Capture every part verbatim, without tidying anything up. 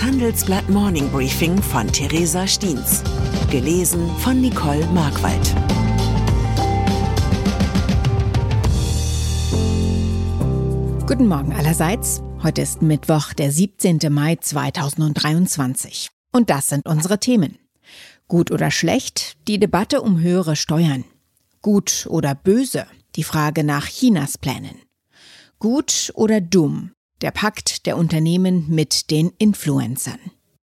Handelsblatt Morning Briefing von Theresa Stiens. Gelesen von Nicole Markwald. Guten Morgen allerseits. Heute ist Mittwoch, der siebzehnten Mai zweitausenddreiundzwanzig. Und das sind unsere Themen. Gut oder schlecht? Die Debatte um höhere Steuern. Gut oder böse? Die Frage nach Chinas Plänen. Gut oder dumm? Der Pakt der Unternehmen mit den Influencern.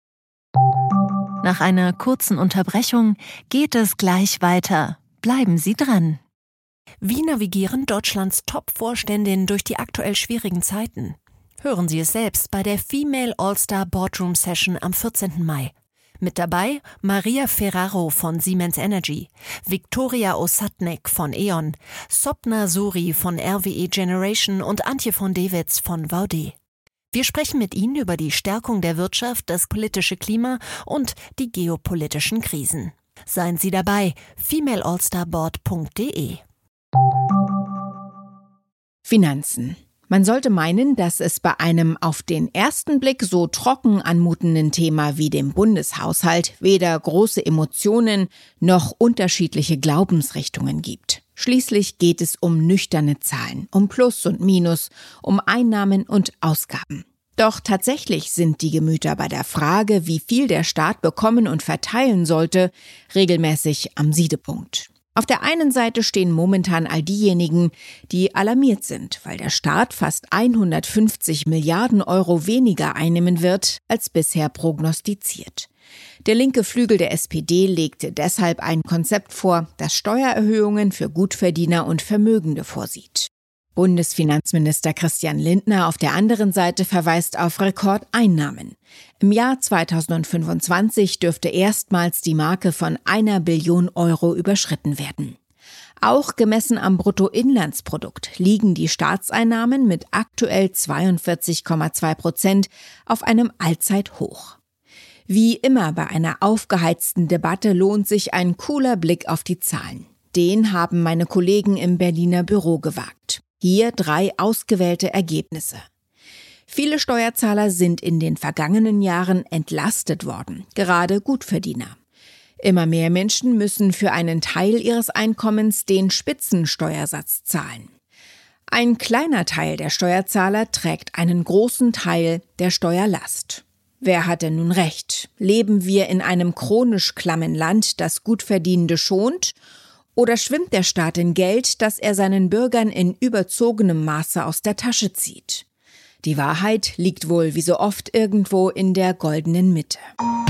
Nach einer kurzen Unterbrechung geht es gleich weiter. Bleiben Sie dran. Wie navigieren Deutschlands Top-Vorständinnen durch die aktuell schwierigen Zeiten? Hören Sie es selbst bei der Female All-Star Boardroom Session am vierzehnten Mai. Mit dabei Maria Ferraro von Siemens Energy, Viktoria Ossadnek von E.ON, Sopna Suri von R W E Generation und Antje von Dewitz von Vaude. Wir sprechen mit Ihnen über die Stärkung der Wirtschaft, das politische Klima und die geopolitischen Krisen. Seien Sie dabei, female all star board punkt de. Finanzen. Man sollte meinen, dass es bei einem auf den ersten Blick so trocken anmutenden Thema wie dem Bundeshaushalt weder große Emotionen noch unterschiedliche Glaubensrichtungen gibt. Schließlich geht es um nüchterne Zahlen, um Plus und Minus, um Einnahmen und Ausgaben. Doch tatsächlich sind die Gemüter bei der Frage, wie viel der Staat bekommen und verteilen sollte, regelmäßig am Siedepunkt. Auf der einen Seite stehen momentan all diejenigen, die alarmiert sind, weil der Staat fast hundertfünfzig Milliarden Euro weniger einnehmen wird, als bisher prognostiziert. Der linke Flügel der S P D legte deshalb ein Konzept vor, das Steuererhöhungen für Gutverdiener und Vermögende vorsieht. Bundesfinanzminister Christian Lindner auf der anderen Seite verweist auf Rekordeinnahmen. Im Jahr zweitausendfünfundzwanzig dürfte erstmals die Marke von einer Billion Euro überschritten werden. Auch gemessen am Bruttoinlandsprodukt liegen die Staatseinnahmen mit aktuell zweiundvierzig Komma zwei Prozent auf einem Allzeithoch. Wie immer bei einer aufgeheizten Debatte lohnt sich ein cooler Blick auf die Zahlen. Den haben meine Kollegen im Berliner Büro gewagt. Hier drei ausgewählte Ergebnisse. Viele Steuerzahler sind in den vergangenen Jahren entlastet worden, gerade Gutverdiener. Immer mehr Menschen müssen für einen Teil ihres Einkommens den Spitzensteuersatz zahlen. Ein kleiner Teil der Steuerzahler trägt einen großen Teil der Steuerlast. Wer hat denn nun recht? Leben wir in einem chronisch klammen Land, das Gutverdienende schont? Oder schwimmt der Staat in Geld, das er seinen Bürgern in überzogenem Maße aus der Tasche zieht? Die Wahrheit liegt wohl wie so oft irgendwo in der goldenen Mitte.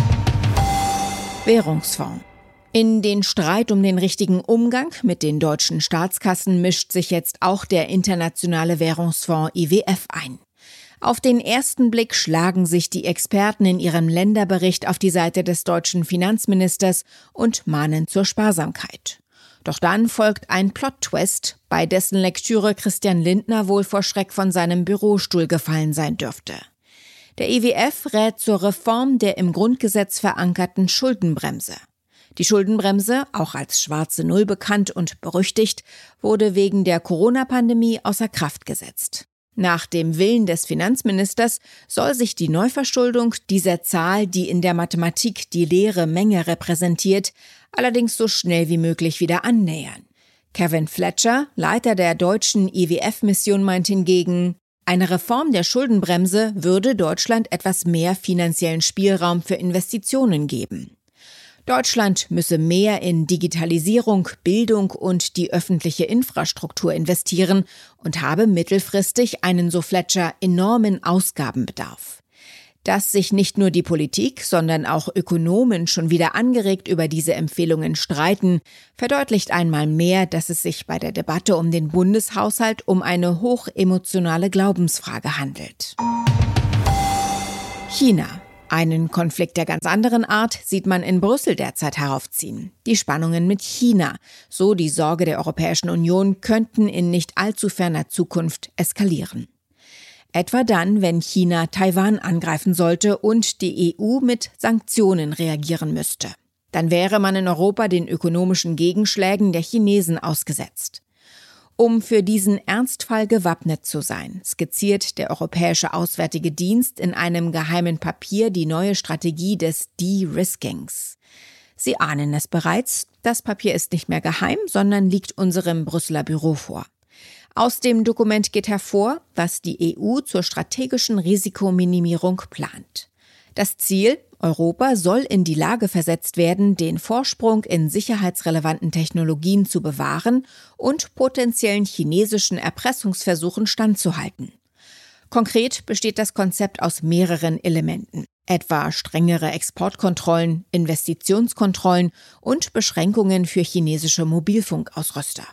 Währungsfonds. In den Streit um den richtigen Umgang mit den deutschen Staatskassen mischt sich jetzt auch der internationale Währungsfonds I W F ein. Auf den ersten Blick schlagen sich die Experten in ihrem Länderbericht auf die Seite des deutschen Finanzministers und mahnen zur Sparsamkeit. Doch dann folgt ein Plot-Twist, bei dessen Lektüre Christian Lindner wohl vor Schreck von seinem Bürostuhl gefallen sein dürfte. Der I W F rät zur Reform der im Grundgesetz verankerten Schuldenbremse. Die Schuldenbremse, auch als schwarze Null bekannt und berüchtigt, wurde wegen der Corona-Pandemie außer Kraft gesetzt. Nach dem Willen des Finanzministers soll sich die Neuverschuldung dieser Zahl, die in der Mathematik die leere Menge repräsentiert, allerdings so schnell wie möglich wieder annähern. Kevin Fletcher, Leiter der deutschen I W F-Mission, meint hingegen, eine Reform der Schuldenbremse würde Deutschland etwas mehr finanziellen Spielraum für Investitionen geben. Deutschland müsse mehr in Digitalisierung, Bildung und die öffentliche Infrastruktur investieren und habe mittelfristig einen, so Fletcher, enormen Ausgabenbedarf. Dass sich nicht nur die Politik, sondern auch Ökonomen schon wieder angeregt über diese Empfehlungen streiten, verdeutlicht einmal mehr, dass es sich bei der Debatte um den Bundeshaushalt um eine hochemotionale Glaubensfrage handelt. China. Einen Konflikt der ganz anderen Art sieht man in Brüssel derzeit heraufziehen. Die Spannungen mit China, so die Sorge der Europäischen Union, könnten in nicht allzu ferner Zukunft eskalieren. Etwa dann, wenn China Taiwan angreifen sollte und die E U mit Sanktionen reagieren müsste. Dann wäre man in Europa den ökonomischen Gegenschlägen der Chinesen ausgesetzt. Um für diesen Ernstfall gewappnet zu sein, skizziert der Europäische Auswärtige Dienst in einem geheimen Papier die neue Strategie des De-Riskings. Sie ahnen es bereits, das Papier ist nicht mehr geheim, sondern liegt unserem Brüsseler Büro vor. Aus dem Dokument geht hervor, was die E U zur strategischen Risikominimierung plant. Das Ziel: Europa soll in die Lage versetzt werden, den Vorsprung in sicherheitsrelevanten Technologien zu bewahren und potenziellen chinesischen Erpressungsversuchen standzuhalten. Konkret besteht das Konzept aus mehreren Elementen, etwa strengere Exportkontrollen, Investitionskontrollen und Beschränkungen für chinesische Mobilfunkausrüster.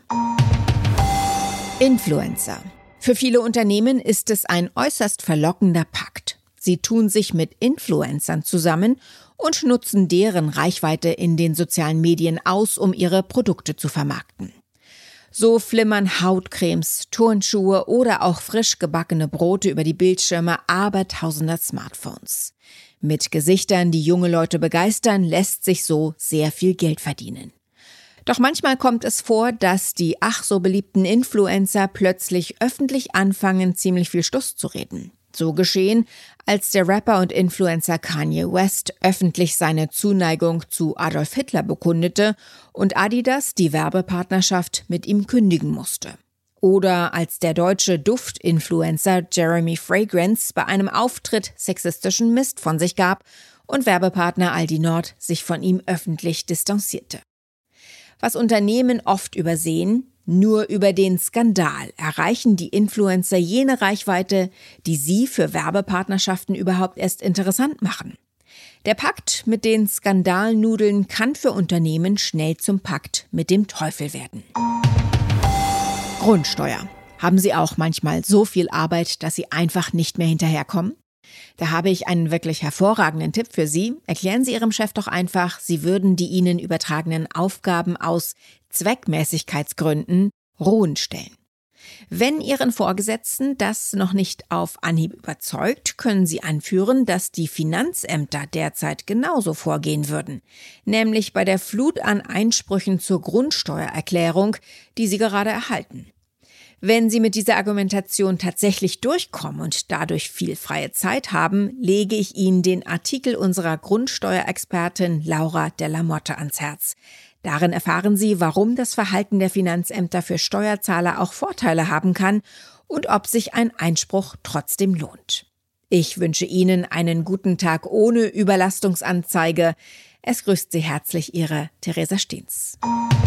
Influencer. Für viele Unternehmen ist es ein äußerst verlockender Pakt. Sie tun sich mit Influencern zusammen und nutzen deren Reichweite in den sozialen Medien aus, um ihre Produkte zu vermarkten. So flimmern Hautcremes, Turnschuhe oder auch frisch gebackene Brote über die Bildschirme abertausender Smartphones. Mit Gesichtern, die junge Leute begeistern, lässt sich so sehr viel Geld verdienen. Doch manchmal kommt es vor, dass die ach so beliebten Influencer plötzlich öffentlich anfangen, ziemlich viel Stuss zu reden. So geschehen, als der Rapper und Influencer Kanye West öffentlich seine Zuneigung zu Adolf Hitler bekundete und Adidas die Werbepartnerschaft mit ihm kündigen musste. Oder als der deutsche Duftinfluencer Jeremy Fragrance bei einem Auftritt sexistischen Mist von sich gab und Werbepartner Aldi Nord sich von ihm öffentlich distanzierte. Was Unternehmen oft übersehen: Nur über den Skandal erreichen die Influencer jene Reichweite, die sie für Werbepartnerschaften überhaupt erst interessant machen. Der Pakt mit den Skandalnudeln kann für Unternehmen schnell zum Pakt mit dem Teufel werden. Grundsteuer. Haben Sie auch manchmal so viel Arbeit, dass Sie einfach nicht mehr hinterherkommen? Da habe ich einen wirklich hervorragenden Tipp für Sie. Erklären Sie Ihrem Chef doch einfach, Sie würden die Ihnen übertragenen Aufgaben aus Zweckmäßigkeitsgründen ruhen stellen. Wenn Ihren Vorgesetzten das noch nicht auf Anhieb überzeugt, können Sie anführen, dass die Finanzämter derzeit genauso vorgehen würden, nämlich bei der Flut an Einsprüchen zur Grundsteuererklärung, die Sie gerade erhalten. Wenn Sie mit dieser Argumentation tatsächlich durchkommen und dadurch viel freie Zeit haben, lege ich Ihnen den Artikel unserer Grundsteuerexpertin Laura Della Motte ans Herz. Darin erfahren Sie, warum das Verhalten der Finanzämter für Steuerzahler auch Vorteile haben kann und ob sich ein Einspruch trotzdem lohnt. Ich wünsche Ihnen einen guten Tag ohne Überlastungsanzeige. Es grüßt Sie herzlich Ihre Theresa Stiens.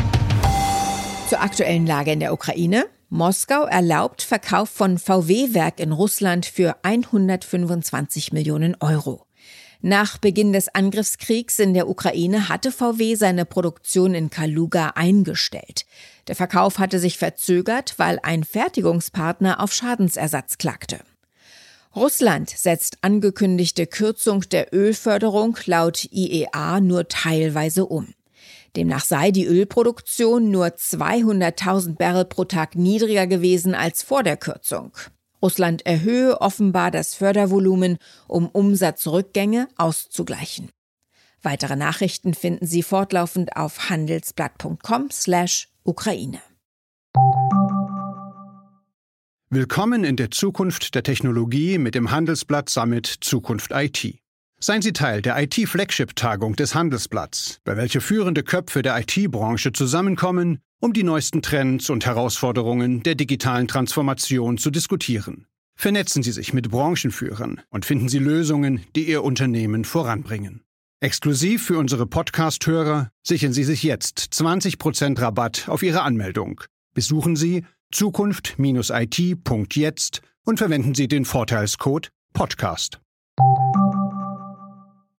Zur aktuellen Lage in der Ukraine. Moskau erlaubt Verkauf von V W-Werk in Russland für hundertfünfundzwanzig Millionen Euro. Nach Beginn des Angriffskriegs in der Ukraine hatte V W seine Produktion in Kaluga eingestellt. Der Verkauf hatte sich verzögert, weil ein Fertigungspartner auf Schadensersatz klagte. Russland setzt angekündigte Kürzung der Ölförderung laut I E A nur teilweise um. Demnach sei die Ölproduktion nur zweihunderttausend Barrel pro Tag niedriger gewesen als vor der Kürzung. Russland erhöhe offenbar das Fördervolumen, um Umsatzrückgänge auszugleichen. Weitere Nachrichten finden Sie fortlaufend auf handelsblatt punkt com slash Ukraine. Willkommen in der Zukunft der Technologie mit dem Handelsblatt Summit Zukunft I T. Seien Sie Teil der I T-Flagship-Tagung des Handelsblatts, bei welcher führende Köpfe der I T-Branche zusammenkommen, um die neuesten Trends und Herausforderungen der digitalen Transformation zu diskutieren. Vernetzen Sie sich mit Branchenführern und finden Sie Lösungen, die Ihr Unternehmen voranbringen. Exklusiv für unsere Podcast-Hörer sichern Sie sich jetzt zwanzig Prozent Rabatt auf Ihre Anmeldung. Besuchen Sie zukunft Bindestrich I T Punkt jetzt und verwenden Sie den Vorteilscode Podcast.